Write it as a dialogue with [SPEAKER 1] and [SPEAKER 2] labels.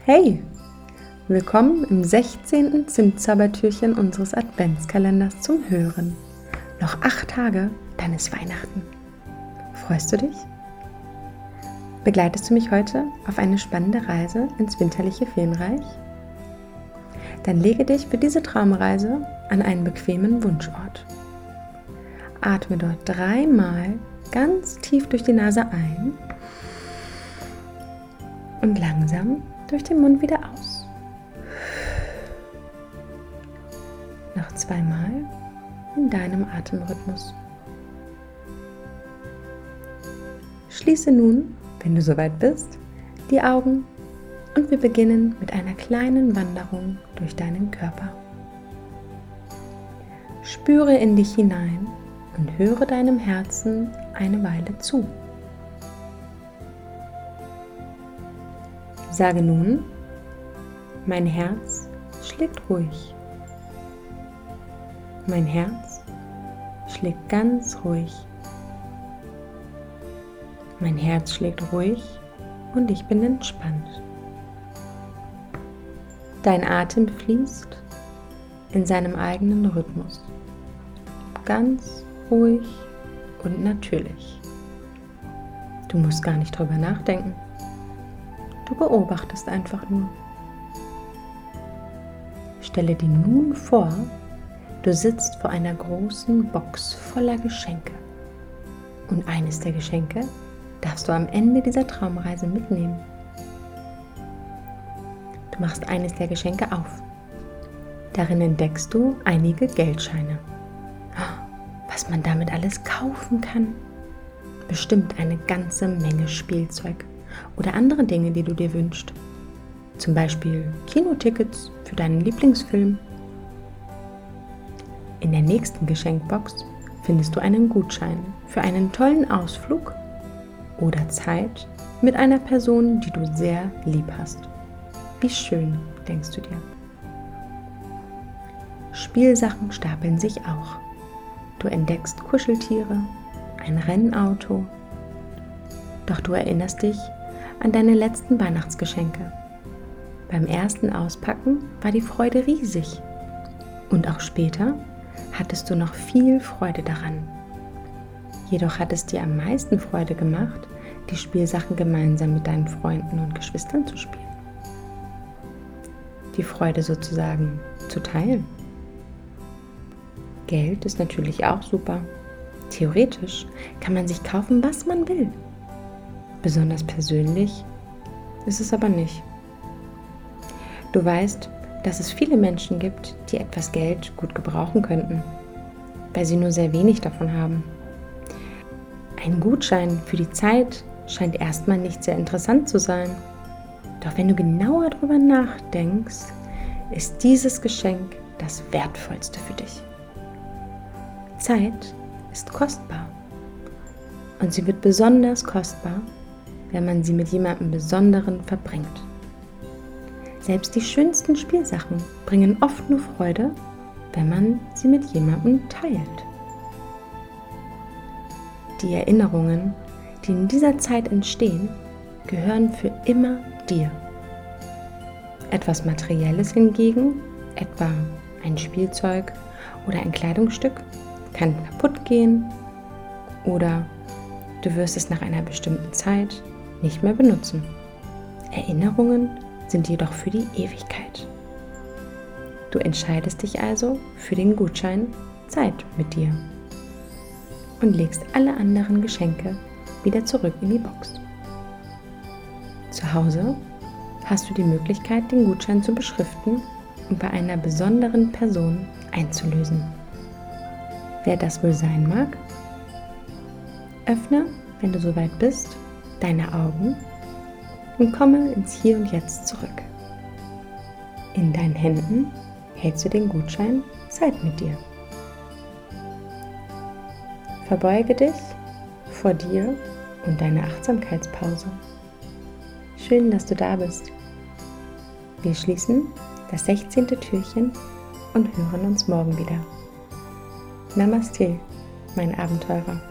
[SPEAKER 1] Hey, willkommen im 16. Zimtzaubertürchen unseres Adventskalenders zum Hören. Noch 8 Tage, dann ist Weihnachten. Freust du dich? Begleitest du mich heute auf eine spannende Reise ins winterliche Feenreich? Dann lege dich für diese Traumreise an einen bequemen Wunschort. Atme dort 3-mal ganz tief durch die Nase ein und langsam durch den Mund wieder aus. Noch 2-mal in deinem Atemrhythmus. Schließe nun, wenn du soweit bist, die Augen und wir beginnen mit einer kleinen Wanderung durch deinen Körper. Spüre in dich hinein und höre deinem Herzen eine Weile zu. Sage nun, mein Herz schlägt ruhig. Mein Herz schlägt ganz ruhig. Mein Herz schlägt ruhig und ich bin entspannt. Dein Atem fließt in seinem eigenen Rhythmus. Ganz ruhig und natürlich. Du musst gar nicht drüber nachdenken. Du beobachtest einfach nur. Stelle dir nun vor, du sitzt vor einer großen Box voller Geschenke. Und eines der Geschenke darfst du am Ende dieser Traumreise mitnehmen. Du machst eines der Geschenke auf. Darin entdeckst du einige Geldscheine. Was man damit alles kaufen kann. Bestimmt eine ganze Menge Spielzeug oder andere Dinge, die du dir wünschst. Zum Beispiel Kinotickets für deinen Lieblingsfilm. In der nächsten Geschenkbox findest du einen Gutschein für einen tollen Ausflug oder Zeit mit einer Person, die du sehr lieb hast. Wie schön, denkst du dir. Spielsachen stapeln sich auch. Du entdeckst Kuscheltiere, ein Rennauto. Doch du erinnerst dich an deine letzten Weihnachtsgeschenke. Beim ersten Auspacken war die Freude riesig. Und auch später hattest du noch viel Freude daran. Jedoch hat es dir am meisten Freude gemacht, die Spielsachen gemeinsam mit deinen Freunden und Geschwistern zu spielen. Die Freude sozusagen zu teilen. Geld ist natürlich auch super. Theoretisch kann man sich kaufen, was man will. Besonders persönlich ist es aber nicht. Du weißt, dass es viele Menschen gibt, die etwas Geld gut gebrauchen könnten, weil sie nur sehr wenig davon haben. Ein Gutschein für die Zeit scheint erstmal nicht sehr interessant zu sein. Doch wenn du genauer darüber nachdenkst, ist dieses Geschenk das Wertvollste für dich. Zeit ist kostbar und sie wird besonders kostbar, wenn man sie mit jemandem Besonderen verbringt. Selbst die schönsten Spielsachen bringen oft nur Freude, wenn man sie mit jemandem teilt. Die Erinnerungen, die in dieser Zeit entstehen, gehören für immer dir. Etwas Materielles hingegen, etwa ein Spielzeug oder ein Kleidungsstück, kann kaputt gehen oder du wirst es nach einer bestimmten Zeit nicht mehr benutzen. Erinnerungen sind jedoch für die Ewigkeit. Du entscheidest dich also für den Gutschein Zeit mit dir und legst alle anderen Geschenke wieder zurück in die Box. Zu Hause hast du die Möglichkeit, den Gutschein zu beschriften und bei einer besonderen Person einzulösen. Wer das wohl sein mag? Öffne, wenn du soweit bist, deine Augen und komme ins Hier und Jetzt zurück. In deinen Händen hältst du den Gutschein Zeit mit dir. Verbeuge dich vor dir und deiner Achtsamkeitspause. Schön, dass du da bist. Wir schließen das 16. Türchen und hören uns morgen wieder. Namaste, mein Abenteurer.